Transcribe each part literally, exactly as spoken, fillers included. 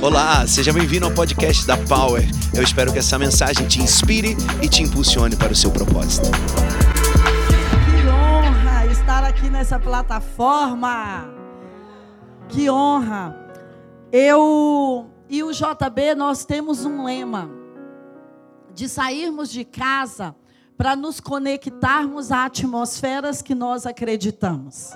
Olá, seja bem-vindo ao podcast da Power. Eu espero que essa mensagem te inspire e te impulsione para o seu propósito. Que honra estar aqui nessa plataforma. Que honra. Eu e o J B, nós temos um lema de sairmos de casa para nos conectarmos a atmosferas que nós acreditamos.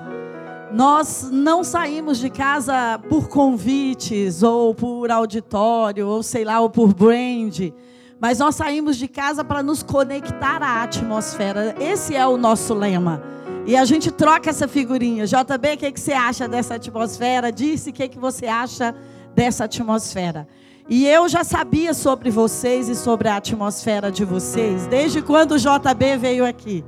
Nós não saímos de casa por convites, ou por auditório, ou sei lá, ou por brand, mas nós saímos de casa para nos conectar à atmosfera. Esse é o nosso lema. E a gente troca essa figurinha. J B, o que, que você acha dessa atmosfera? Disse o que, que você acha dessa atmosfera. E eu já sabia sobre vocês e sobre a atmosfera de vocês, desde quando o J B veio aqui.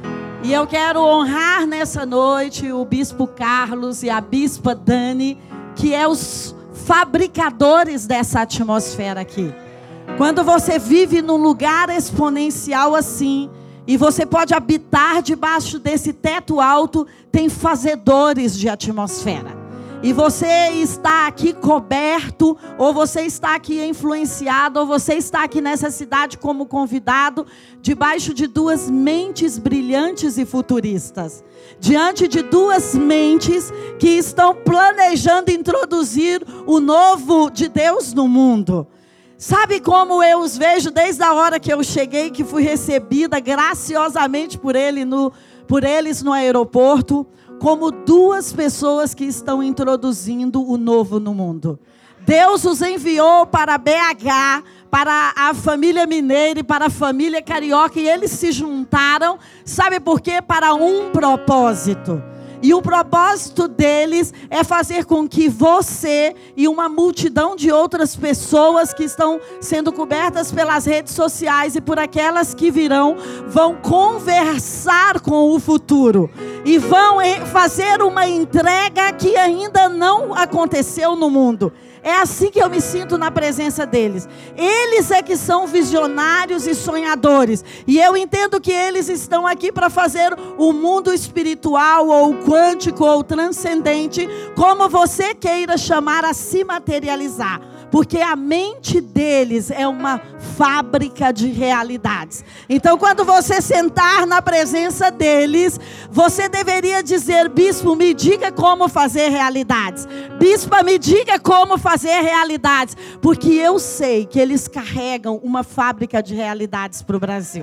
E eu quero honrar nessa noite o Bispo Carlos e a Bispa Dani, que é os fabricadores dessa atmosfera aqui. Quando você vive num lugar exponencial assim, e você pode habitar debaixo desse teto alto, tem fazedores de atmosfera. E você está aqui coberto, ou você está aqui influenciado, ou você está aqui nessa cidade como convidado, debaixo de duas mentes brilhantes e futuristas. Diante de duas mentes que estão planejando introduzir o novo de Deus no mundo. Sabe como eu os vejo desde a hora que eu cheguei, que fui recebida graciosamente por, ele no, por eles no aeroporto? Como duas pessoas que estão introduzindo o novo no mundo. Deus os enviou para B H, para a família mineira e para a família carioca, e eles se juntaram, sabe por quê? Para um propósito. E o propósito deles é fazer com que você e uma multidão de outras pessoas que estão sendo cobertas pelas redes sociais e por aquelas que virão, vão conversar com o futuro. E vão fazer uma entrega que ainda não aconteceu no mundo. É assim que eu me sinto na presença deles. Eles é que são visionários e sonhadores. E eu entendo que eles estão aqui para fazer o mundo espiritual, ou quântico, ou transcendente, como você queira chamar, a se materializar. Porque a mente deles é uma fábrica de realidades. Então, quando você sentar na presença deles, você deveria dizer: bispo, me diga como fazer realidades. Bispa, me diga como fazer realidades. Porque eu sei que eles carregam uma fábrica de realidades para o Brasil.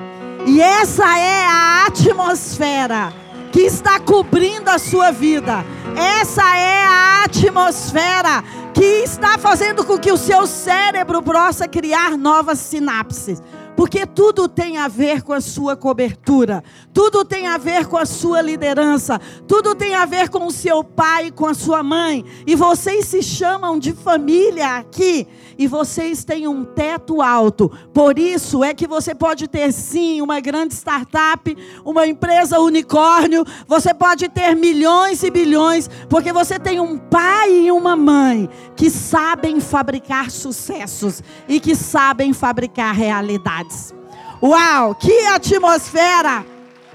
E essa é a atmosfera que está cobrindo a sua vida. Essa é a atmosfera que está fazendo com que o seu cérebro possa criar novas sinapses. Porque tudo tem a ver com a sua cobertura. Tudo tem a ver com a sua liderança. Tudo tem a ver com o seu pai, com a sua mãe. E vocês se chamam de família aqui. E vocês têm um teto alto. Por isso é que você pode ter sim uma grande startup, uma empresa unicórnio. Você pode ter milhões e bilhões. Porque você tem um pai e uma mãe que sabem fabricar sucessos. E que sabem fabricar realidades. Uau, que atmosfera!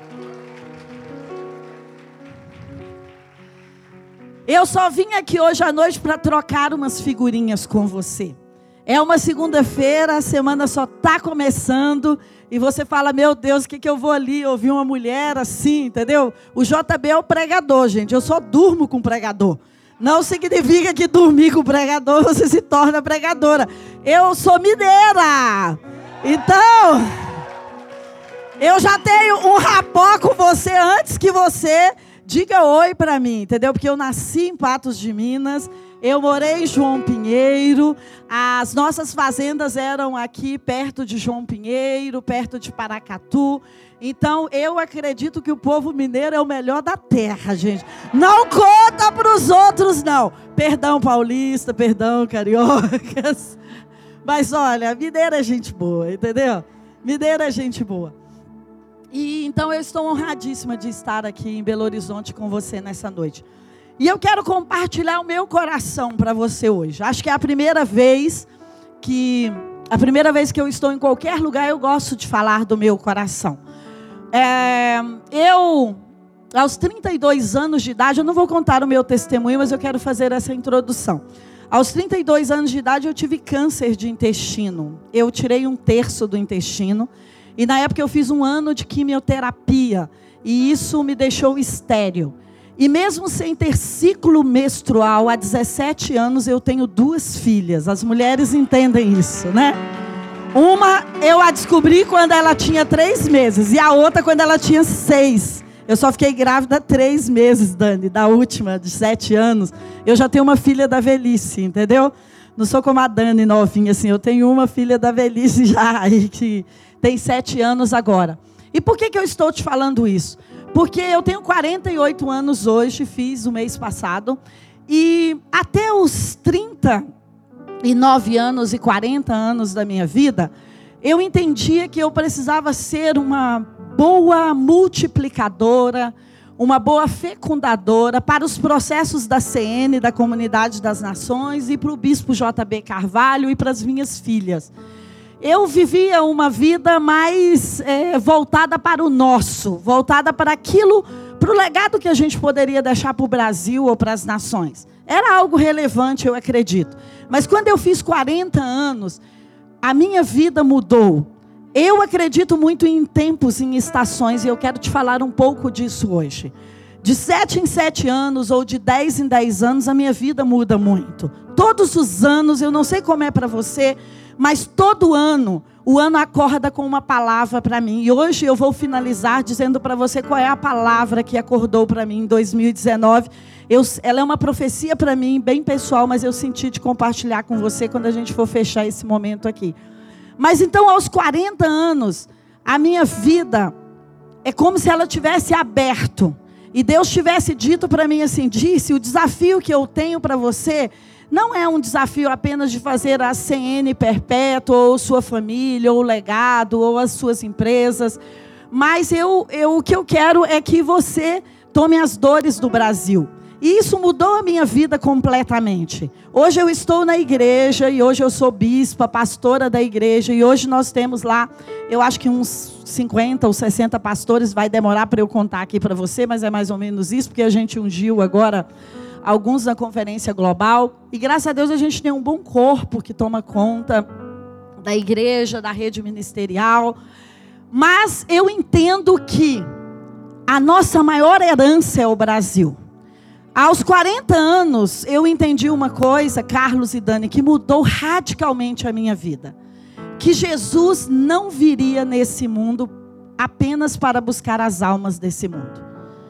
Eu só vim aqui hoje à noite para trocar umas figurinhas com você. É uma segunda-feira, a semana só está começando e você fala: meu Deus, o que, que eu vou ali ouvir uma mulher assim, entendeu? O J B é o pregador, gente. Eu só durmo com pregador. Não significa que dormir com pregador você se torna pregadora. Eu sou mineira. Então, eu já tenho um rapó com você antes que você diga oi para mim, entendeu? Porque eu nasci em Patos de Minas, eu morei em João Pinheiro, as nossas fazendas eram aqui perto de João Pinheiro, perto de Paracatu. Então, eu acredito que o povo mineiro é o melhor da terra, gente. Não conta para os outros, não. Perdão, paulista, perdão, cariocas. Mas olha, mineiro é gente boa, entendeu? Mineiro é gente boa. E então eu estou honradíssima de estar aqui em Belo Horizonte com você nessa noite. E eu quero compartilhar o meu coração para você hoje. Acho que é a primeira vez que... A primeira vez que eu estou em qualquer lugar, eu gosto de falar do meu coração. É, eu, aos trinta e dois anos de idade, eu não vou contar o meu testemunho, mas eu quero fazer essa introdução. Aos trinta e dois anos de idade, eu tive câncer de intestino. Eu tirei um terço do intestino. E na época eu fiz um ano de quimioterapia. E isso me deixou estéril. E mesmo sem ter ciclo menstrual, há dezessete anos eu tenho duas filhas. As mulheres entendem isso, né? Uma eu a descobri quando ela tinha três meses. E a outra quando ela tinha seis. Eu só fiquei grávida três meses, Dani, da última, de sete anos. Eu já tenho uma filha da velhice, entendeu? Não sou como a Dani novinha, assim. Eu tenho uma filha da velhice já, aí, que tem sete anos agora. E por que que eu estou te falando isso? Porque eu tenho quarenta e oito anos hoje, fiz o mês passado. E até os trinta e nove anos e quarenta anos da minha vida, eu entendia que eu precisava ser uma boa multiplicadora, uma boa fecundadora para os processos da C N, da Comunidade das Nações, e para o Bispo J B Carvalho e para as minhas filhas. Eu vivia uma vida mais é, voltada para o nosso, voltada para aquilo, para o legado que a gente poderia deixar para o Brasil ou para as nações. Era algo relevante, eu acredito. Mas quando eu fiz quarenta anos, a minha vida mudou. Eu acredito muito em tempos, em estações, e eu quero te falar um pouco disso hoje. De sete em sete anos, ou de dez em dez anos, a minha vida muda muito. Todos os anos, eu não sei como é para você, mas todo ano, o ano acorda com uma palavra para mim. E hoje eu vou finalizar dizendo para você qual é a palavra que acordou para mim em dois mil e dezenove. Eu, ela é uma profecia para mim, bem pessoal, mas eu senti de compartilhar com você quando a gente for fechar esse momento aqui. Mas então, aos quarenta anos, a minha vida é como se ela tivesse aberto. E Deus tivesse dito para mim assim, disse, o desafio que eu tenho para você não é um desafio apenas de fazer a C N perpétua, ou sua família, ou o legado, ou as suas empresas. Mas eu, eu, o que eu quero é que você tome as dores do Brasil. E isso mudou a minha vida completamente. Hoje eu estou na igreja, e hoje eu sou bispa, pastora da igreja, e hoje nós temos lá, eu acho que uns cinquenta ou sessenta pastores, vai demorar para eu contar aqui para você, mas é mais ou menos isso, porque a gente ungiu agora alguns na conferência global, e graças a Deus a gente tem um bom corpo que toma conta da igreja, da rede ministerial, mas eu entendo que a nossa maior herança é o Brasil. Aos quarenta anos, eu entendi uma coisa, Carlos e Dani, que mudou radicalmente a minha vida. Que Jesus não viria nesse mundo apenas para buscar as almas desse mundo.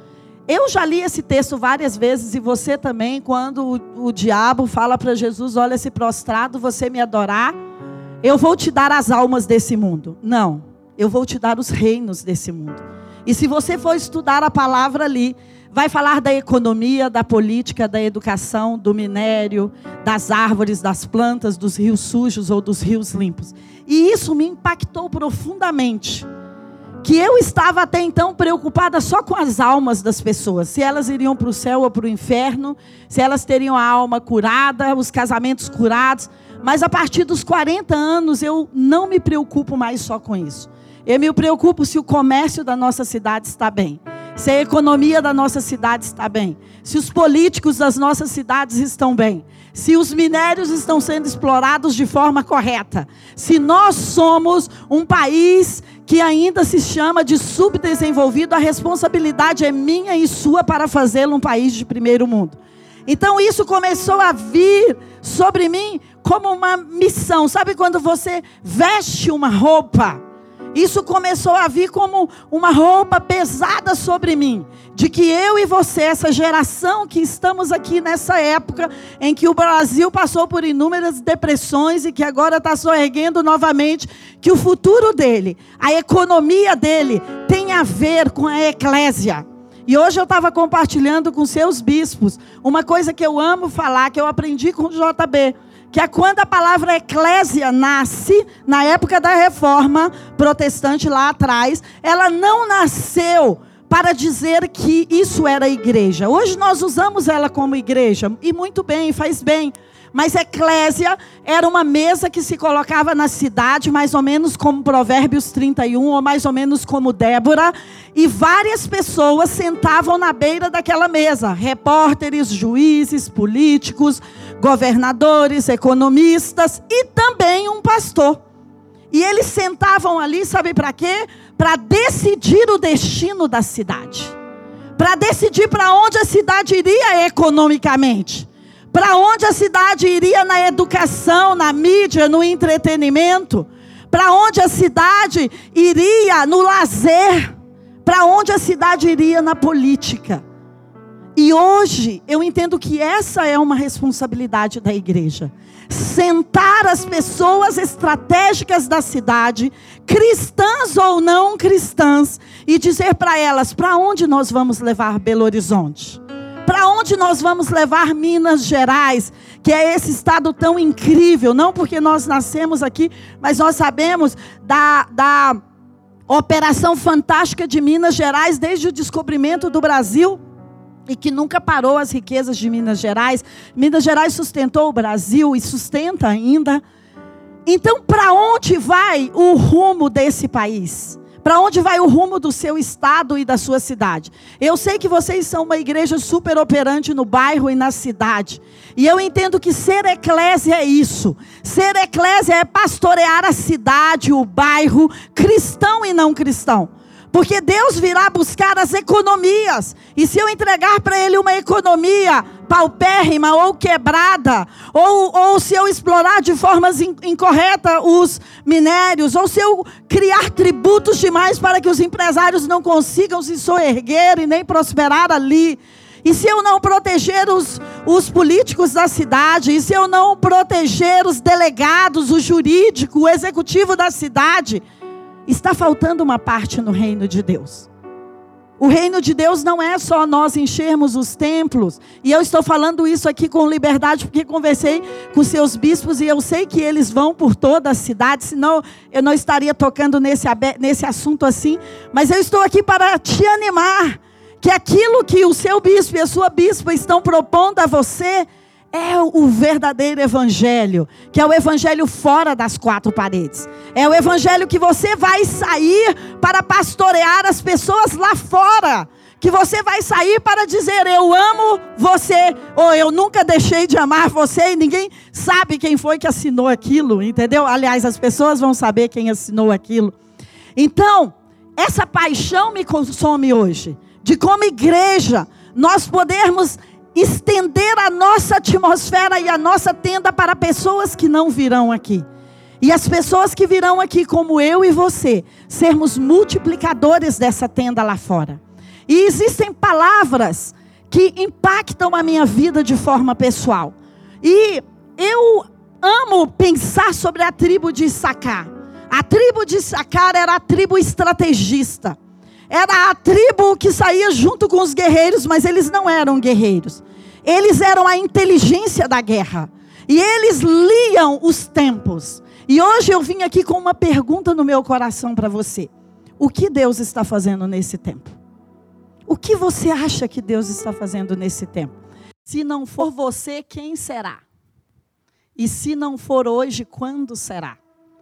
Eu já li esse texto várias vezes, e você também, quando o, o diabo fala para Jesus, olha, se prostrado você me adorar, eu vou te dar as almas desse mundo. Não, eu vou te dar os reinos desse mundo. E se você for estudar a palavra ali, vai falar da economia, da política, da educação, do minério, das árvores, das plantas, dos rios sujos ou dos rios limpos. E isso me impactou profundamente. Que eu estava até então preocupada só com as almas das pessoas. Se elas iriam para o céu ou para o inferno, se elas teriam a alma curada, os casamentos curados. Mas a partir dos quarenta anos eu não me preocupo mais só com isso. Eu me preocupo se o comércio da nossa cidade está bem. Se a economia da nossa cidade está bem. Se os políticos das nossas cidades estão bem. Se os minérios estão sendo explorados de forma correta. Se nós somos um país que ainda se chama de subdesenvolvido, a responsabilidade é minha e sua para fazê-lo um país de primeiro mundo. Então isso começou a vir sobre mim como uma missão. Sabe quando você veste uma roupa? Isso começou a vir como uma roupa pesada sobre mim. De que eu e você, essa geração que estamos aqui nessa época em que o Brasil passou por inúmeras depressões e que agora está soerguendo novamente, que o futuro dele, a economia dele tem a ver com a eclésia. E hoje eu estava compartilhando com seus bispos uma coisa que eu amo falar, que eu aprendi com o J B. Que é quando a palavra eclésia nasce, na época da reforma protestante lá atrás, ela não nasceu para dizer que isso era igreja. Hoje nós usamos ela como igreja, e muito bem, faz bem. Mas eclésia era uma mesa que se colocava na cidade, mais ou menos como Provérbios trinta e um, ou mais ou menos como Débora, e várias pessoas sentavam na beira daquela mesa, repórteres, juízes, políticos, governadores, economistas e também um pastor. E eles sentavam ali, sabe para quê? Para decidir o destino da cidade, para decidir para onde a cidade iria economicamente, para onde a cidade iria na educação, na mídia, no entretenimento, para onde a cidade iria no lazer, para onde a cidade iria na política. E hoje eu entendo que essa é uma responsabilidade da igreja. Sentar as pessoas estratégicas da cidade, cristãs ou não cristãs, e dizer para elas, para onde nós vamos levar Belo Horizonte? Para onde nós vamos levar Minas Gerais, que é esse estado tão incrível, não porque nós nascemos aqui, mas nós sabemos da, da operação fantástica de Minas Gerais, desde o descobrimento do Brasil, e que nunca parou as riquezas de Minas Gerais. Minas Gerais sustentou o Brasil e sustenta ainda. Então, para onde vai o rumo desse país? Para onde vai o rumo do seu estado e da sua cidade? Eu sei que vocês são uma igreja super operante no bairro e na cidade. E eu entendo que ser eclésia é isso. Ser eclésia é pastorear a cidade, o bairro, cristão e não cristão. Porque Deus virá buscar as economias. E se eu entregar para Ele uma economia paupérrima ou quebrada, ou, ou se eu explorar de formas in, incorretas os minérios, ou se eu criar tributos demais para que os empresários não consigam se soerguer e nem prosperar ali, e se eu não proteger os, os políticos da cidade, e se eu não proteger os delegados, o jurídico, o executivo da cidade, está faltando uma parte no reino de Deus. O reino de Deus não é só nós enchermos os templos. E eu estou falando isso aqui com liberdade, porque conversei com seus bispos e eu sei que eles vão por toda a cidade, senão eu não estaria tocando nesse, nesse assunto assim. Mas eu estou aqui para te animar, que aquilo que o seu bispo e a sua bispa estão propondo a você é o verdadeiro evangelho, que é o evangelho fora das quatro paredes. É o evangelho que você vai sair para pastorear as pessoas lá fora. Que você vai sair para dizer, eu amo você, ou eu nunca deixei de amar você, e ninguém sabe quem foi que assinou aquilo, entendeu? Aliás, as pessoas vão saber quem assinou aquilo. Então, essa paixão me consome hoje, de como igreja, nós podermos estender a nossa atmosfera e a nossa tenda para pessoas que não virão aqui. E as pessoas que virão aqui, como eu e você, sermos multiplicadores dessa tenda lá fora. E existem palavras que impactam a minha vida de forma pessoal. E eu amo pensar sobre a tribo de Issacar. A tribo de Issacar era a tribo estrategista. Era a tribo que saía junto com os guerreiros, mas eles não eram guerreiros. Eles eram a inteligência da guerra. E eles liam os tempos. E hoje eu vim aqui com uma pergunta no meu coração para você. O que Deus está fazendo nesse tempo? O que você acha que Deus está fazendo nesse tempo? Se não for você, quem será? E se não for hoje, quando será?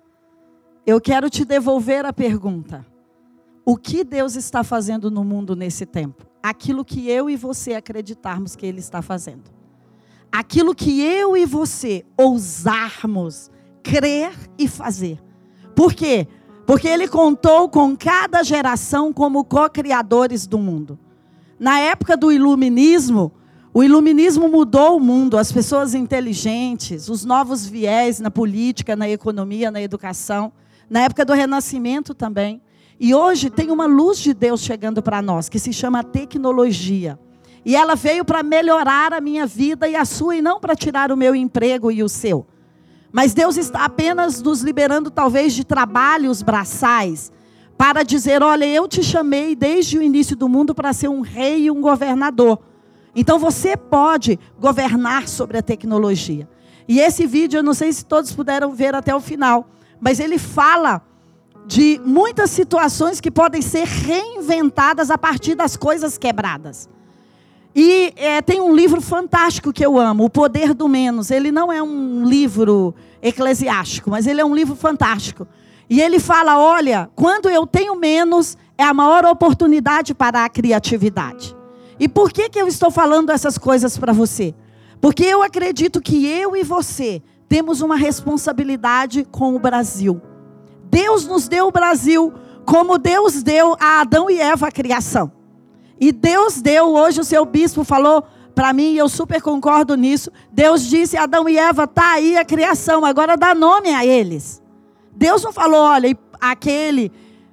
Eu quero te devolver a pergunta. O que Deus está fazendo no mundo nesse tempo? Aquilo que eu e você acreditarmos que Ele está fazendo. Aquilo que eu e você ousarmos crer e fazer. Por quê? Porque Ele contou com cada geração como co-criadores do mundo. Na época do iluminismo, o iluminismo mudou o mundo, as pessoas inteligentes, os novos viés na política, na economia, na educação. Na época do Renascimento também. E hoje tem uma luz de Deus chegando para nós, que se chama tecnologia. E ela veio para melhorar a minha vida e a sua, e não para tirar o meu emprego e o seu. Mas Deus está apenas nos liberando, talvez, de trabalhos braçais, para dizer, olha, eu te chamei desde o início do mundo para ser um rei e um governador. Então você pode governar sobre a tecnologia. E esse vídeo, eu não sei se todos puderam ver até o final, mas ele fala de muitas situações que podem ser reinventadas a partir das coisas quebradas. E é, tem um livro fantástico que eu amo, O Poder do Menos. Ele não é um livro eclesiástico, mas ele é um livro fantástico. E ele fala, olha, quando eu tenho menos, é a maior oportunidade para a criatividade. E por que que eu estou falando essas coisas para você? Porque eu acredito que eu e você temos uma responsabilidade com o Brasil. Deus nos deu o Brasil como Deus deu a Adão e Eva a criação. E Deus deu, hoje o seu bispo falou para mim, e eu super concordo nisso. Deus disse, Adão e Eva, está aí a criação, agora dá nome a eles. Deus não falou, olha, aquele,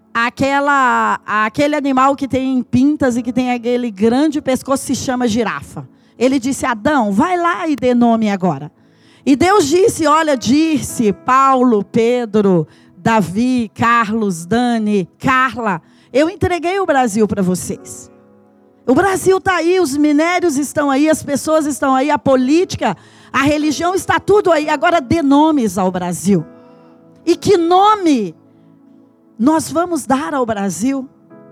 aquela, aquele animal que tem pintas e que tem aquele grande pescoço se chama girafa. Ele disse, Adão, vai lá e dê nome agora. E Deus disse, olha, disse Paulo, Pedro, Davi, Carlos, Dani, Carla, eu entreguei o Brasil para vocês. O Brasil está aí, os minérios estão aí, as pessoas estão aí, a política, a religião, está tudo aí. Agora dê nomes ao Brasil. E que nome nós vamos dar ao Brasil?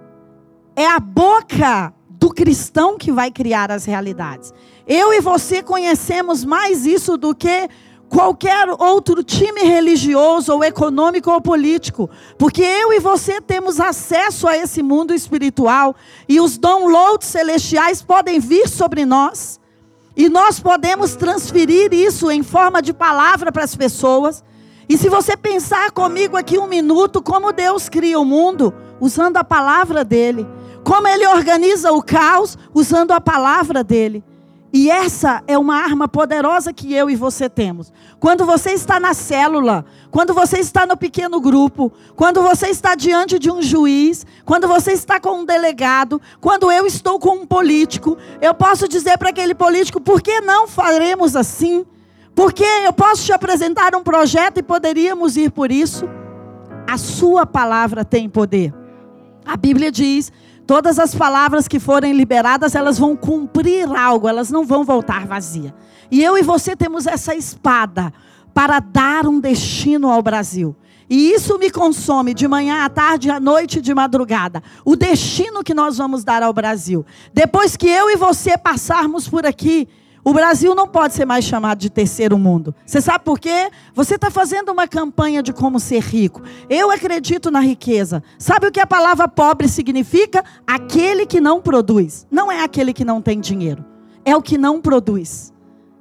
É a boca do cristão que vai criar as realidades. Eu e você conhecemos mais isso do que qualquer outro time religioso ou econômico ou político, porque eu e você temos acesso a esse mundo espiritual e os downloads celestiais podem vir sobre nós e nós podemos transferir isso em forma de palavra para as pessoas. E se você pensar comigo aqui um minuto, como Deus cria o mundo, usando a palavra dele, como ele organiza o caos, usando a palavra dele. E essa é uma arma poderosa que eu e você temos. Quando você está na célula, quando você está no pequeno grupo, quando você está diante de um juiz, quando você está com um delegado, quando eu estou com um político, eu posso dizer para aquele político, por que não faremos assim? Porque eu posso te apresentar um projeto e poderíamos ir por isso. A sua palavra tem poder. A Bíblia diz, todas as palavras que forem liberadas, elas vão cumprir algo, elas não vão voltar vazia. E eu e você temos essa espada para dar um destino ao Brasil. E isso me consome de manhã à tarde, à noite, de madrugada. O destino que nós vamos dar ao Brasil. Depois que eu e você passarmos por aqui, o Brasil não pode ser mais chamado de terceiro mundo. Você sabe por quê? Você está fazendo uma campanha de como ser rico. Eu acredito na riqueza. Sabe o que a palavra pobre significa? Aquele que não produz. Não é aquele que não tem dinheiro. É o que não produz.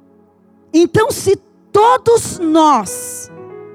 Então, se todos nós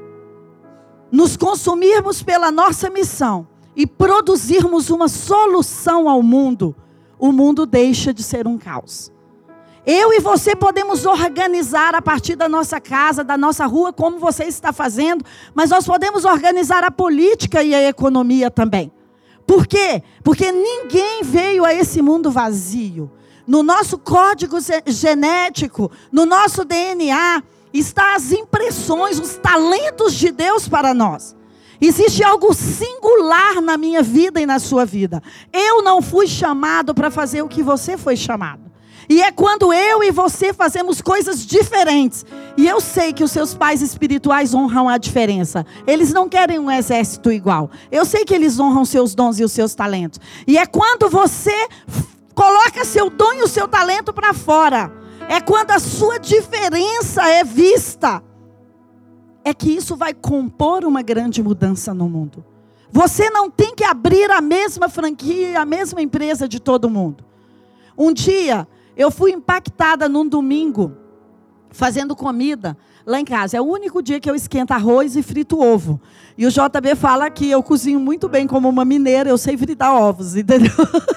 nos consumirmos pela nossa missão e produzirmos uma solução ao mundo, o mundo deixa de ser um caos. Eu e você podemos organizar a partir da nossa casa, da nossa rua, como você está fazendo, mas nós podemos organizar a política e a economia também. Por quê? Porque ninguém veio a esse mundo vazio. No nosso código genético, no nosso D N A, estão as impressões, os talentos de Deus para nós. Existe algo singular na minha vida e na sua vida. Eu não fui chamado para fazer o que você foi chamado. E é quando eu e você fazemos coisas diferentes. E eu sei que os seus pais espirituais honram a diferença. Eles não querem um exército igual. Eu sei que eles honram seus dons e os seus talentos. E é quando você coloca seu dom e o seu talento para fora. É quando a sua diferença é vista. É que isso vai compor uma grande mudança no mundo. Você não tem que abrir a mesma franquia, a mesma empresa de todo mundo. Um dia eu fui impactada num domingo, fazendo comida lá em casa. É o único dia que eu esquento arroz e frito ovo. E o J B fala que eu cozinho muito bem como uma mineira, eu sei fritar ovos, entendeu?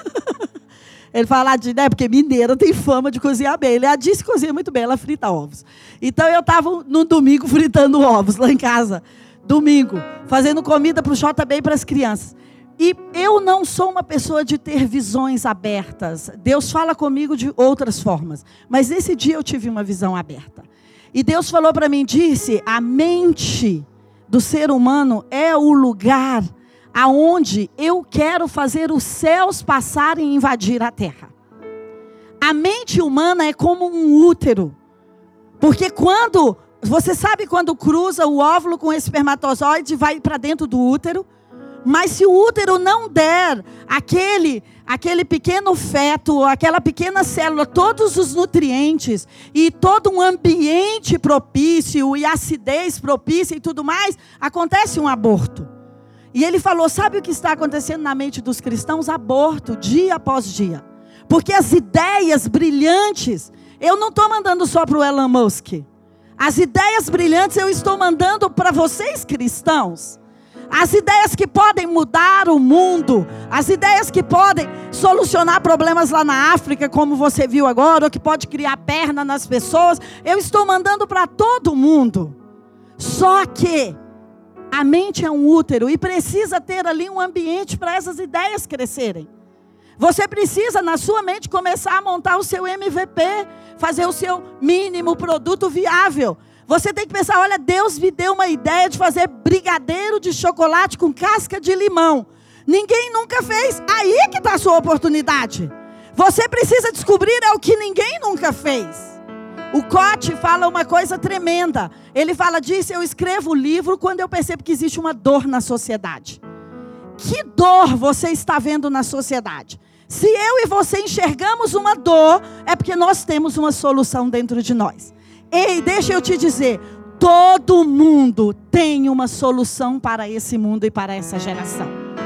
Ele fala, de, né, porque mineira tem fama de cozinhar bem. Ele disse que cozinha muito bem, ela frita ovos. Então eu estava no domingo fritando ovos lá em casa. Domingo, fazendo comida para o J B e para as crianças. E eu não sou uma pessoa de ter visões abertas. Deus fala comigo de outras formas. Mas nesse dia eu tive uma visão aberta. E Deus falou para mim, disse, a mente do ser humano é o lugar aonde eu quero fazer os céus passarem e invadir a terra. A mente humana é como um útero. Porque quando, você sabe quando cruza o óvulo com o espermatozoide e vai para dentro do útero? Mas se o útero não der aquele, aquele pequeno feto, aquela pequena célula, todos os nutrientes e todo um ambiente propício e acidez propícia e tudo mais, acontece um aborto. E ele falou, sabe o que está acontecendo na mente dos cristãos? Aborto, dia após dia. Porque as ideias brilhantes, eu não estou mandando só para o Elon Musk. As ideias brilhantes eu estou mandando para vocês cristãos. As ideias que podem mudar o mundo, as ideias que podem solucionar problemas lá na África, como você viu agora, ou que pode criar perna nas pessoas, eu estou mandando para todo mundo. Só que a mente é um útero e precisa ter ali um ambiente para essas ideias crescerem. Você precisa, na sua mente, começar a montar o seu M V P, fazer o seu mínimo produto viável. Você tem que pensar, olha, Deus me deu uma ideia de fazer brigadeiro de chocolate com casca de limão. Ninguém nunca fez. Aí que está a sua oportunidade. Você precisa descobrir é o que ninguém nunca fez. O Cote fala uma coisa tremenda. Ele fala disso, eu escrevo o livro quando eu percebo que existe uma dor na sociedade. Que dor você está vendo na sociedade? Se eu e você enxergamos uma dor, é porque nós temos uma solução dentro de nós. Ei, deixa eu te dizer, todo mundo tem uma solução para esse mundo e para essa geração.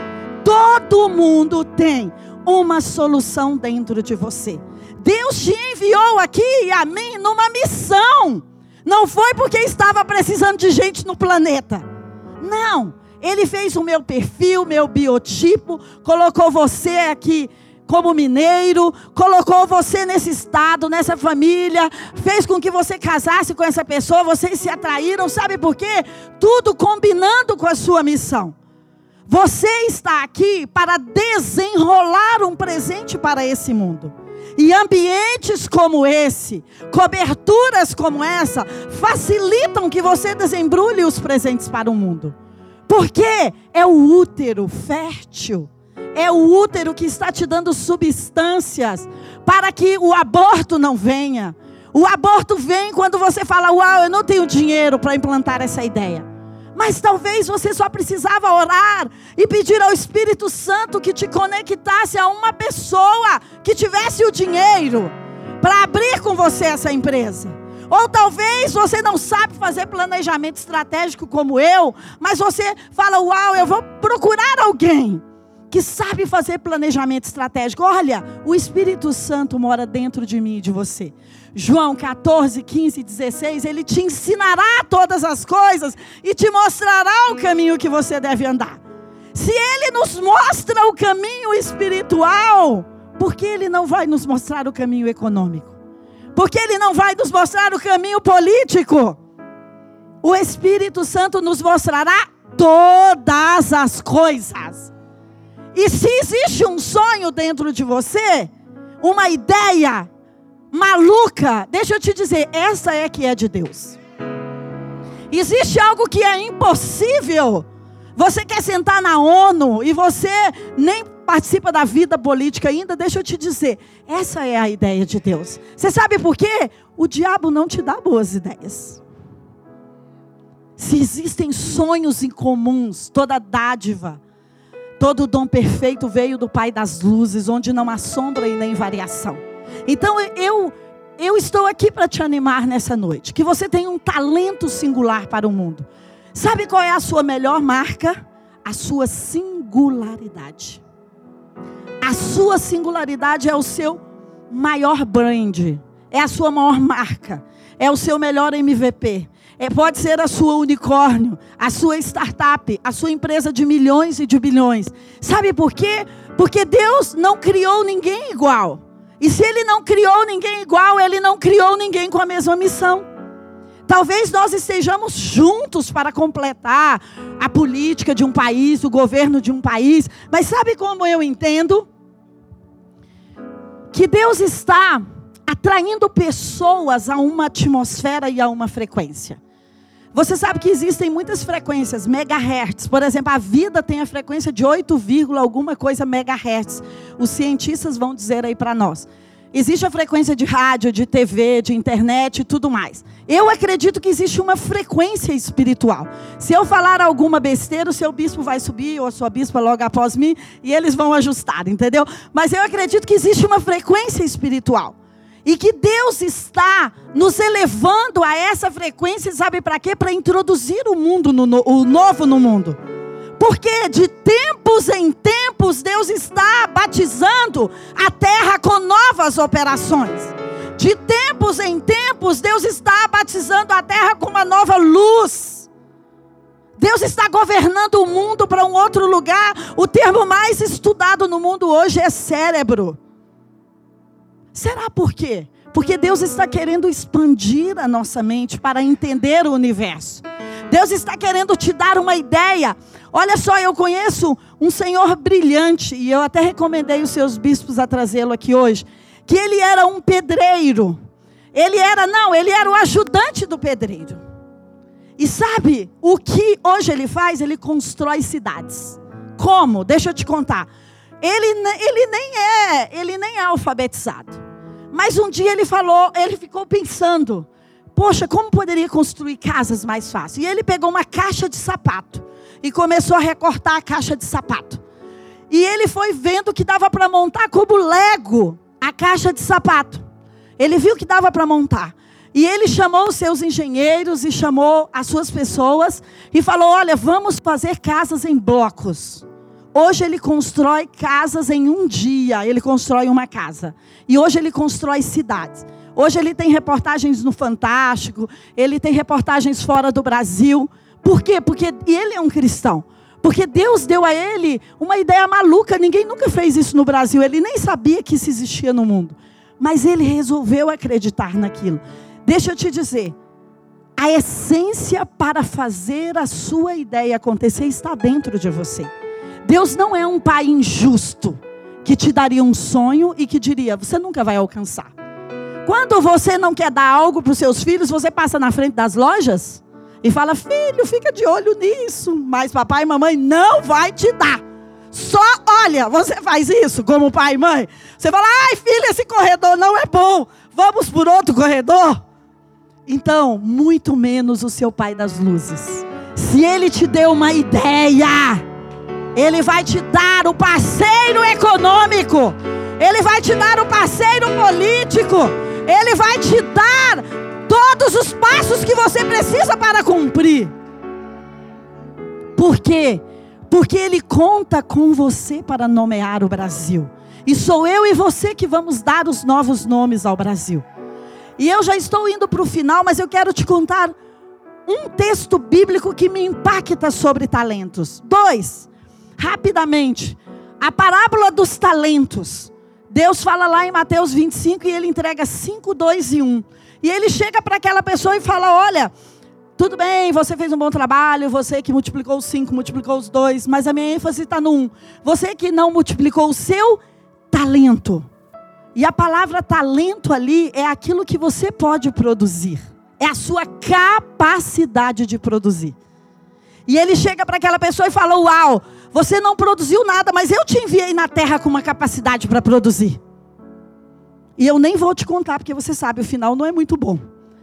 Todo mundo tem uma solução dentro de você. Deus te enviou aqui e a mim numa missão. Não foi porque estava precisando de gente no planeta. Não, Ele fez o meu perfil, meu biotipo, colocou você aqui como mineiro, colocou você nesse estado, nessa família, fez com que você casasse com essa pessoa, vocês se atraíram, sabe por quê? Tudo combinando com a sua missão. Você está aqui para desenrolar um presente para esse mundo. E ambientes como esse, coberturas como essa, facilitam que você desembrulhe os presentes para o mundo. Porque é o útero fértil. É o útero que está te dando substâncias para que o aborto não venha. O aborto vem quando você fala, uau, eu não tenho dinheiro para implantar essa ideia. Mas talvez você só precisava orar e pedir ao Espírito Santo que te conectasse a uma pessoa que tivesse o dinheiro para abrir com você essa empresa. Ou talvez você não sabe fazer planejamento estratégico como eu, mas você fala, uau, eu vou procurar alguém que sabe fazer planejamento estratégico. Olha, o Espírito Santo mora dentro de mim e de você. João catorze, quinze e dezesseis, ele te ensinará todas as coisas e te mostrará o caminho que você deve andar. Se ele nos mostra o caminho espiritual, por que ele não vai nos mostrar o caminho econômico? Por que ele não vai nos mostrar o caminho político? O Espírito Santo nos mostrará todas as coisas. E se existe um sonho dentro de você, uma ideia maluca, deixa eu te dizer, essa é que é de Deus. Existe algo que é impossível. Você quer sentar na ONU e você nem participa da vida política ainda, deixa eu te dizer, essa é a ideia de Deus. Você sabe por quê? O diabo não te dá boas ideias. Se existem sonhos incomuns, toda dádiva, todo dom perfeito veio do Pai das luzes, onde não há sombra e nem variação. Então eu, eu estou aqui para te animar nessa noite, que você tem um talento singular para o mundo. Sabe qual é a sua melhor marca? A sua singularidade. A sua singularidade é o seu maior brand, é a sua maior marca, é o seu melhor M V P. É, pode ser a sua unicórnio, a sua startup, a sua empresa de milhões e de bilhões. Sabe por quê? Porque Deus não criou ninguém igual. E se Ele não criou ninguém igual, Ele não criou ninguém com a mesma missão. Talvez nós estejamos juntos para completar a política de um país, o governo de um país. Mas sabe como eu entendo? Que Deus está atraindo pessoas a uma atmosfera e a uma frequência. Você sabe que existem muitas frequências, megahertz. Por exemplo, a vida tem a frequência de oito, alguma coisa megahertz. Os cientistas vão dizer aí para nós. Existe a frequência de rádio, de T V, de internet e tudo mais. Eu acredito que existe uma frequência espiritual. Se eu falar alguma besteira, o seu bispo vai subir, ou a sua bispa logo após mim, e eles vão ajustar, entendeu? Mas eu acredito que existe uma frequência espiritual. E que Deus está nos elevando a essa frequência, sabe para quê? Para introduzir o mundo, no, no, o novo no mundo. Porque de tempos em tempos, Deus está batizando a terra com novas operações. De tempos em tempos, Deus está batizando a terra com uma nova luz. Deus está governando o mundo para um outro lugar. O termo mais estudado no mundo hoje é cérebro. Será por quê? Porque Deus está querendo expandir a nossa mente para entender o universo. Deus está querendo te dar uma ideia. Olha só, eu conheço um senhor brilhante, e eu até recomendei os seus bispos a trazê-lo aqui hoje, que ele era um pedreiro. Ele era, não, ele era o ajudante do pedreiro. E sabe o que hoje ele faz? Ele constrói cidades. Como? Deixa eu te contar. Ele, ele, nem é, ele nem é alfabetizado. Mas um dia ele falou, ele ficou pensando, poxa, como poderia construir casas mais fácil? E ele pegou uma caixa de sapato e começou a recortar a caixa de sapato. E ele foi vendo que dava para montar como Lego a caixa de sapato. Ele viu que dava para montar. E ele chamou os seus engenheiros e chamou as suas pessoas e falou, olha, vamos fazer casas em blocos. Hoje ele constrói casas em um dia, ele constrói uma casa. E hoje ele constrói cidades. Hoje ele tem reportagens no Fantástico, ele tem reportagens fora do Brasil. Por quê? Porque ele é um cristão. Porque Deus deu a ele uma ideia maluca, ninguém nunca fez isso no Brasil, ele nem sabia que isso existia no mundo. Mas ele resolveu acreditar naquilo. Deixa eu te dizer, a essência para fazer a sua ideia acontecer está dentro de você. Deus não é um pai injusto, que te daria um sonho e que diria, você nunca vai alcançar. Quando você não quer dar algo para os seus filhos, você passa na frente das lojas e fala, filho, fica de olho nisso. Mas papai e mamãe não vai te dar. Só, olha, você faz isso como pai e mãe. Você fala, ai filho, esse corredor não é bom. Vamos por outro corredor? Então, muito menos o seu pai das luzes. Se ele te deu uma ideia, ele vai te dar o parceiro econômico. Ele vai te dar o parceiro político. Ele vai te dar todos os passos que você precisa para cumprir. Por quê? Porque Ele conta com você para nomear o Brasil. E sou eu e você que vamos dar os novos nomes ao Brasil. E eu já estou indo para o final, mas eu quero te contar um texto bíblico que me impacta sobre talentos. Dois, rapidamente, a parábola dos talentos. Deus fala lá em Mateus vinte e cinco e Ele entrega cinco, dois e um. E Ele chega para aquela pessoa e fala, olha, tudo bem, você fez um bom trabalho, você que multiplicou os cinco, multiplicou os dois, mas a minha ênfase está no um. Você que não multiplicou o seu talento. E a palavra talento ali é aquilo que você pode produzir. É a sua capacidade de produzir. E Ele chega para aquela pessoa e fala, uau, você não produziu nada, mas eu te enviei na terra com uma capacidade para produzir. E eu nem vou te contar, porque você sabe, o final não é muito bom.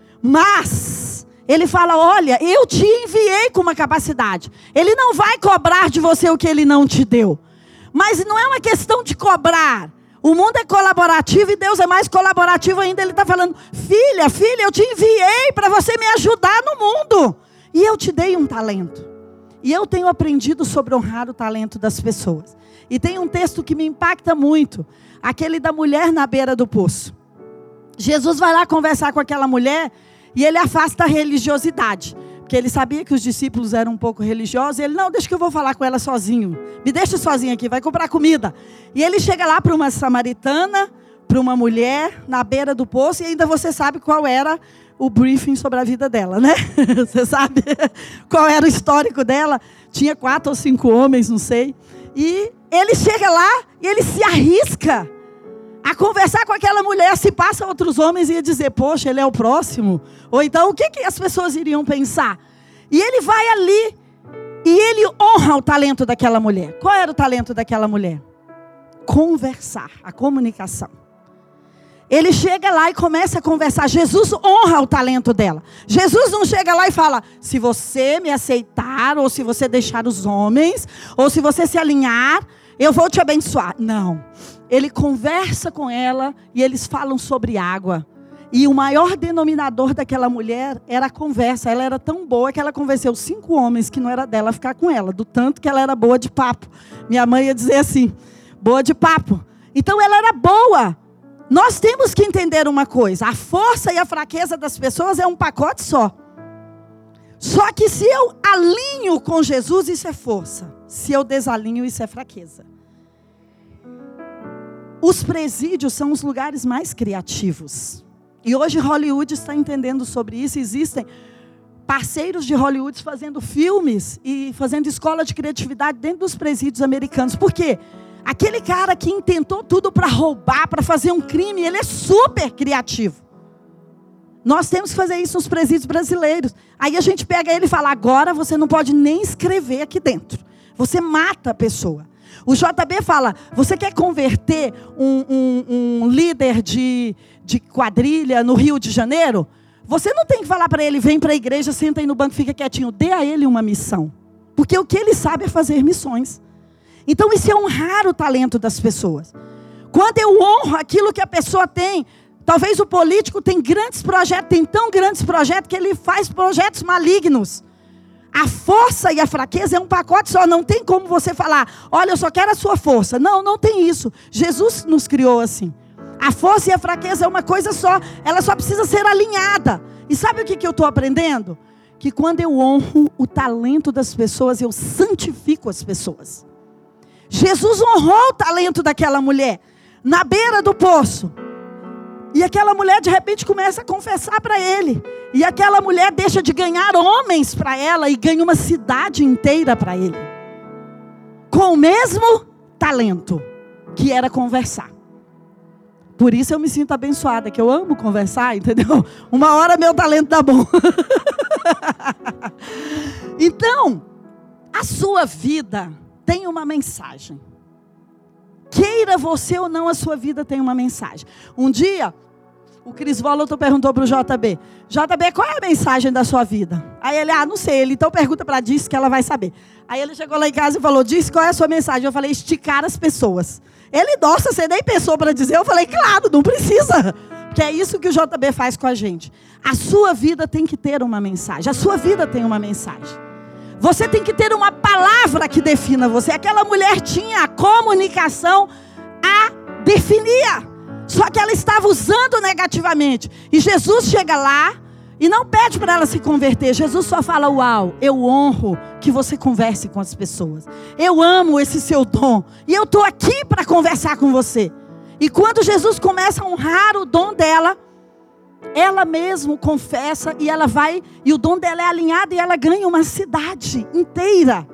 Mas Ele fala, olha, eu te enviei com uma capacidade. Ele não vai cobrar de você o que Ele não te deu. Mas não é uma questão de cobrar. O mundo é colaborativo e Deus é mais colaborativo ainda. Ele está falando, filha, filha, eu te enviei para você me ajudar no mundo. E eu te dei um talento. E eu tenho aprendido sobre honrar o talento das pessoas. E tem um texto que me impacta muito. Aquele da mulher na beira do poço. Jesus vai lá conversar com aquela mulher e Ele afasta a religiosidade. Porque Ele sabia que os discípulos eram um pouco religiosos. E Ele, não, deixa que eu vou falar com ela sozinho. Me deixa sozinho aqui, vai comprar comida. E Ele chega lá para uma samaritana, para uma mulher na beira do poço. E ainda você sabe qual era o briefing sobre a vida dela, né? Você sabe qual era o histórico dela? Tinha quatro ou cinco homens, não sei. E Ele chega lá e Ele se arrisca a conversar com aquela mulher. Se passa outros homens e ia dizer, poxa, ele é o próximo. Ou então, o que, que as pessoas iriam pensar? E Ele vai ali e Ele honra o talento daquela mulher. Qual era o talento daquela mulher? Conversar, a comunicação. Ele chega lá e começa a conversar. Jesus honra o talento dela. Jesus não chega lá e fala: se você me aceitar, ou se você deixar os homens, ou se você se alinhar, eu vou te abençoar. Não. Ele conversa com ela e eles falam sobre água. E o maior denominador daquela mulher era a conversa. Ela era tão boa que ela convenceu cinco homens que não era dela a ficar com ela, do tanto que ela era boa de papo. Minha mãe ia dizer assim: boa de papo. Então ela era boa. Nós temos que entender uma coisa: a força e a fraqueza das pessoas é um pacote só. Só que se eu alinho com Jesus, isso é força. Se eu desalinho, isso é fraqueza. Os presídios são os lugares mais criativos. E hoje Hollywood está entendendo sobre isso. Existem parceiros de Hollywood fazendo filmes e fazendo escola de criatividade dentro dos presídios americanos. Por quê? Aquele cara que intentou tudo para roubar, para fazer um crime, ele é super criativo. Nós temos que fazer isso nos presídios brasileiros. Aí a gente pega ele e fala: agora você não pode nem escrever aqui dentro. Você mata a pessoa. O J B fala: você quer converter um, um, um líder de, de quadrilha no Rio de Janeiro? Você não tem que falar para ele: vem para a igreja, senta aí no banco, fica quietinho. Dê a ele uma missão. Porque o que ele sabe é fazer missões. Então isso é honrar o talento das pessoas. Quando eu honro aquilo que a pessoa tem, talvez o político tem grandes projetos, tem tão grandes projetos que ele faz projetos malignos. A força e a fraqueza é um pacote só. Não tem como você falar: olha, eu só quero a sua força. Não, não tem isso. Jesus nos criou assim. A força e a fraqueza é uma coisa só. Ela só precisa ser alinhada. E sabe o que, que eu estou aprendendo? Que quando eu honro o talento das pessoas, eu santifico as pessoas. Jesus honrou o talento daquela mulher na beira do poço. E aquela mulher de repente começa a confessar para ele. E aquela mulher deixa de ganhar homens para ela e ganha uma cidade inteira para ele. Com o mesmo talento, que era conversar. Por isso eu me sinto abençoada, que eu amo conversar, entendeu? Uma hora meu talento dá bom. Então, a sua vida tem uma mensagem. Queira você ou não, a sua vida tem uma mensagem. Um dia, o Cris Voloto perguntou para o J B: J B, qual é a mensagem da sua vida? Aí ele: ah, não sei. Ele então pergunta para a Dice, que ela vai saber. Aí ele chegou lá em casa e falou: Dice, qual é a sua mensagem? Eu falei: esticar as pessoas. Ele: nossa, você nem pensou para dizer? Eu falei: claro, não precisa. Porque é isso que o J B faz com a gente. A sua vida tem que ter uma mensagem. A sua vida tem uma mensagem. Você tem que ter uma palavra que defina você. Aquela mulher tinha a comunicação a definia. Só que ela estava usando negativamente. E Jesus chega lá e não pede para ela se converter. Jesus só fala: uau, eu honro que você converse com as pessoas. Eu amo esse seu dom. E eu estou aqui para conversar com você. E quando Jesus começa a honrar o dom dela, ela mesmo confessa e ela vai, e o dom dela é alinhado e ela ganha uma cidade inteira.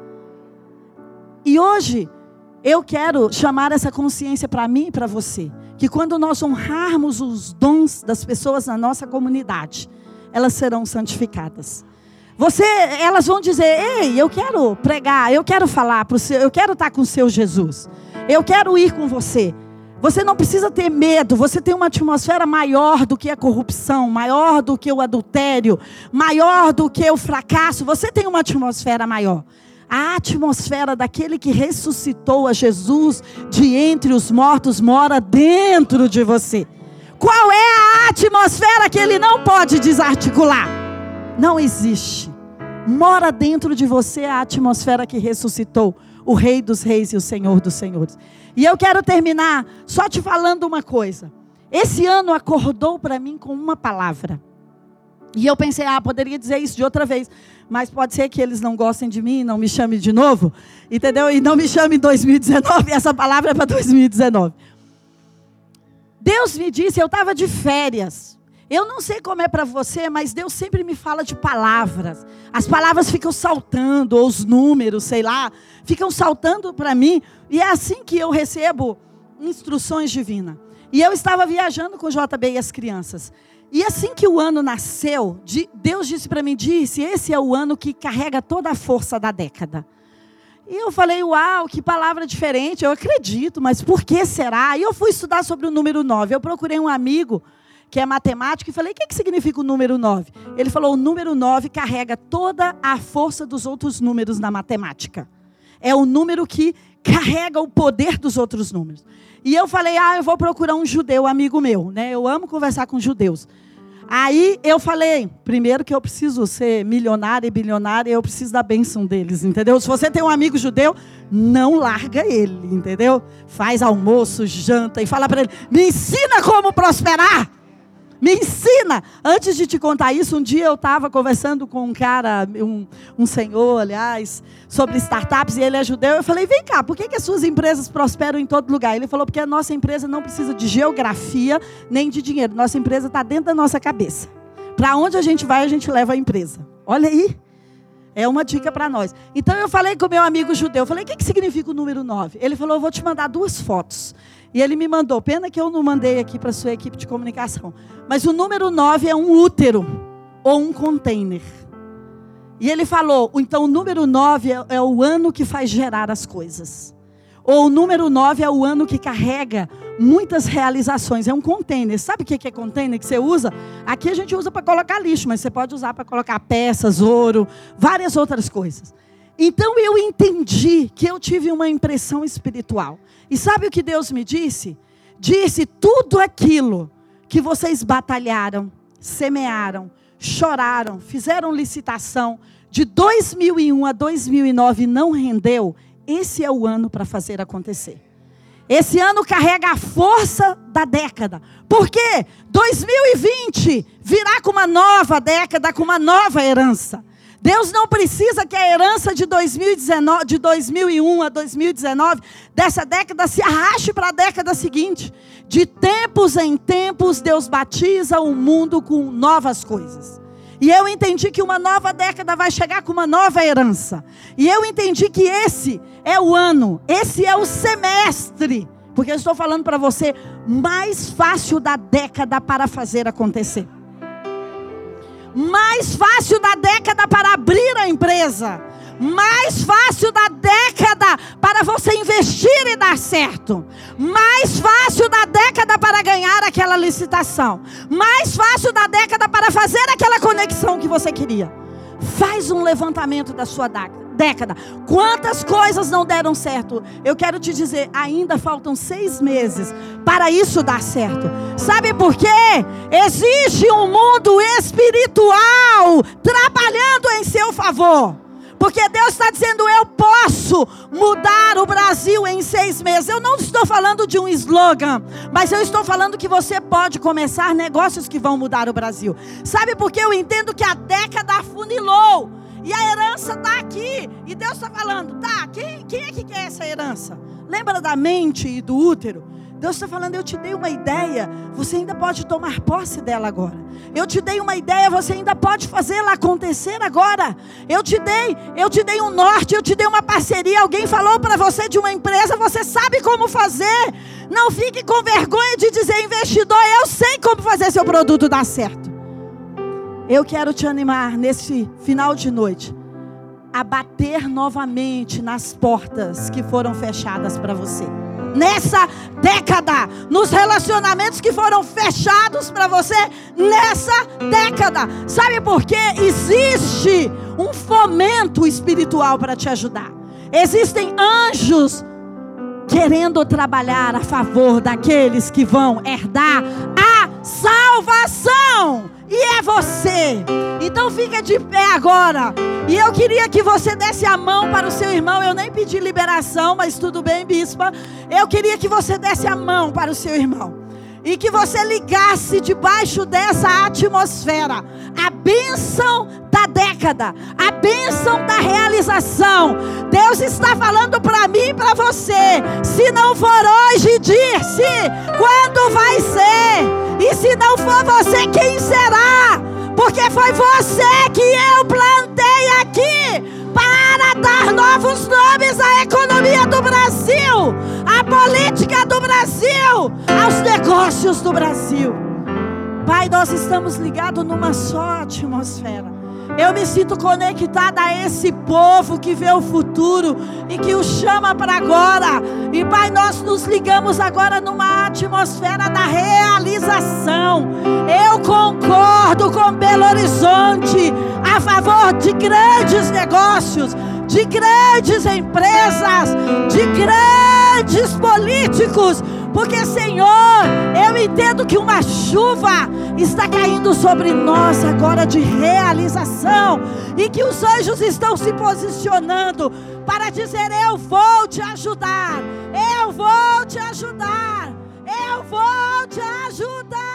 E hoje eu quero chamar essa consciência para mim e para você, que quando nós honrarmos os dons das pessoas na nossa comunidade, elas serão santificadas. Você, elas vão dizer: ei, eu quero pregar, eu quero falar para o seu, eu quero estar com o seu Jesus, eu quero ir com você. Você não precisa ter medo, você tem uma atmosfera maior do que a corrupção, maior do que o adultério, maior do que o fracasso. Você tem uma atmosfera maior. A atmosfera daquele que ressuscitou a Jesus de entre os mortos mora dentro de você. Qual é a atmosfera que ele não pode desarticular? Não existe. Mora dentro de você a atmosfera que ressuscitou o Rei dos Reis e o Senhor dos Senhores. E eu quero terminar só te falando uma coisa. Esse ano acordou para mim com uma palavra. E eu pensei: ah, poderia dizer isso de outra vez. Mas pode ser que eles não gostem de mim, não me chamem de novo. Entendeu? E não me chamem em dois mil e dezenove. Essa palavra é para dois mil e dezenove. Deus me disse, eu estava de férias. Eu não sei como é para você, mas Deus sempre me fala de palavras. As palavras ficam saltando, ou os números, sei lá, ficam saltando para mim. E é assim que eu recebo instruções divinas. E eu estava viajando com o J B e as crianças. E assim que o ano nasceu, Deus disse para mim: disse, esse é o ano que carrega toda a força da década. E eu falei, uau, que palavra diferente, eu acredito, mas por que será? E eu fui estudar sobre o número nove. Eu procurei um amigo que é matemático e falei, o que, que significa o número nove? Ele falou, o número nove carrega toda a força dos outros números na matemática. É o número que carrega o poder dos outros números. E eu falei, ah, eu vou procurar um judeu, amigo meu, né? Eu amo conversar com judeus. Aí eu falei, primeiro que eu preciso ser milionária e bilionária, eu preciso da bênção deles, entendeu? Se você tem um amigo judeu, não larga ele, entendeu? Faz almoço, janta e fala para ele, me ensina como prosperar. Me ensina. Antes de te contar isso, um dia eu estava conversando com um cara, um, um senhor, aliás, sobre startups, e ele é judeu. Eu falei, vem cá, por que, que as suas empresas prosperam em todo lugar? Ele falou, porque a nossa empresa não precisa de geografia, nem de dinheiro. Nossa empresa está dentro da nossa cabeça. Para onde a gente vai, a gente leva a empresa. Olha aí. É uma dica para nós. Então eu falei com o meu amigo judeu, eu falei, o que, que significa o número nove? Ele falou, eu vou te mandar duas fotos. E ele me mandou, pena que eu não mandei aqui para a sua equipe de comunicação. Mas o número nove é um útero ou um container. E ele falou, então o número nove é, é o ano que faz gerar as coisas. Ou o número nove é o ano que carrega muitas realizações. É um container. Sabe o que é container que você usa? Aqui a gente usa para colocar lixo, mas você pode usar para colocar peças, ouro, várias outras coisas. Então eu entendi que eu tive uma impressão espiritual. E sabe o que Deus me disse? Disse, tudo aquilo que vocês batalharam, semearam, choraram, fizeram licitação, de dois mil e um a dois mil e nove não rendeu, esse é o ano para fazer acontecer. Esse ano carrega a força da década. Por quê? dois mil e vinte virá com uma nova década, com uma nova herança. Deus não precisa que a herança de, dois mil e dezenove, de dois mil e um a dois mil e dezenove, dessa década, se arraste para a década seguinte. De tempos em tempos, Deus batiza o mundo com novas coisas. E eu entendi que uma nova década vai chegar com uma nova herança. E eu entendi que esse é o ano, esse é o semestre. Porque eu estou falando para você, mais fácil da década para fazer acontecer. Mais fácil da década para abrir a empresa. Mais fácil da década para você investir e dar certo. Mais fácil da década para ganhar aquela licitação. Mais fácil da década para fazer aquela conexão que você queria. Faz um levantamento da sua década. Quantas coisas não deram certo? Eu quero te dizer, ainda faltam seis meses para isso dar certo. Sabe por quê? Existe um mundo espiritual trabalhando em seu favor. Porque Deus está dizendo, eu posso mudar o Brasil em seis meses. Eu não estou falando de um slogan, mas eu estou falando que você pode começar negócios que vão mudar o Brasil. Sabe por que eu entendo que a década afunilou? E a herança está aqui. E Deus está falando, tá, quem, quem é que quer essa herança? Lembra da mente e do útero? Deus está falando, eu te dei uma ideia, você ainda pode tomar posse dela agora. Eu te dei uma ideia, você ainda pode fazê-la acontecer agora. Eu te dei, eu te dei um norte, eu te dei uma parceria. Alguém falou para você de uma empresa, você sabe como fazer. Não fique com vergonha de dizer, investidor, eu sei como fazer seu produto dar certo. Eu quero te animar nesse final de noite a bater novamente nas portas que foram fechadas para você. Nessa década, nos relacionamentos que foram fechados para você, nessa década. Sabe por quê? Existe um fomento espiritual para te ajudar. Existem anjos querendo trabalhar a favor daqueles que vão herdar a salvação. E é você. Então fica de pé agora. E eu queria que você desse a mão para o seu irmão. Eu nem pedi liberação, mas tudo bem, bispa. Eu queria que você desse a mão para o seu irmão. E que você ligasse debaixo dessa atmosfera a bênção da década, a bênção da realização. Deus está falando para mim e para você. Se não for hoje, diz-se quando vai ser. E se não for você, quem será? Porque foi você que eu plantei aqui para dar novos nomes à economia do Brasil, à política do Brasil, aos negócios do Brasil. Pai, nós estamos ligados numa só atmosfera. Eu me sinto conectada a esse povo que vê o futuro e que o chama para agora. E Pai, nós nos ligamos agora numa atmosfera da realização. Eu concordo com Belo Horizonte a favor de grandes negócios, de grandes empresas, de grandes políticos. Porque, Senhor, eu entendo que uma chuva está caindo sobre nós agora de realização. E que os anjos estão se posicionando para dizer: eu vou te ajudar, eu vou te ajudar, eu vou te ajudar.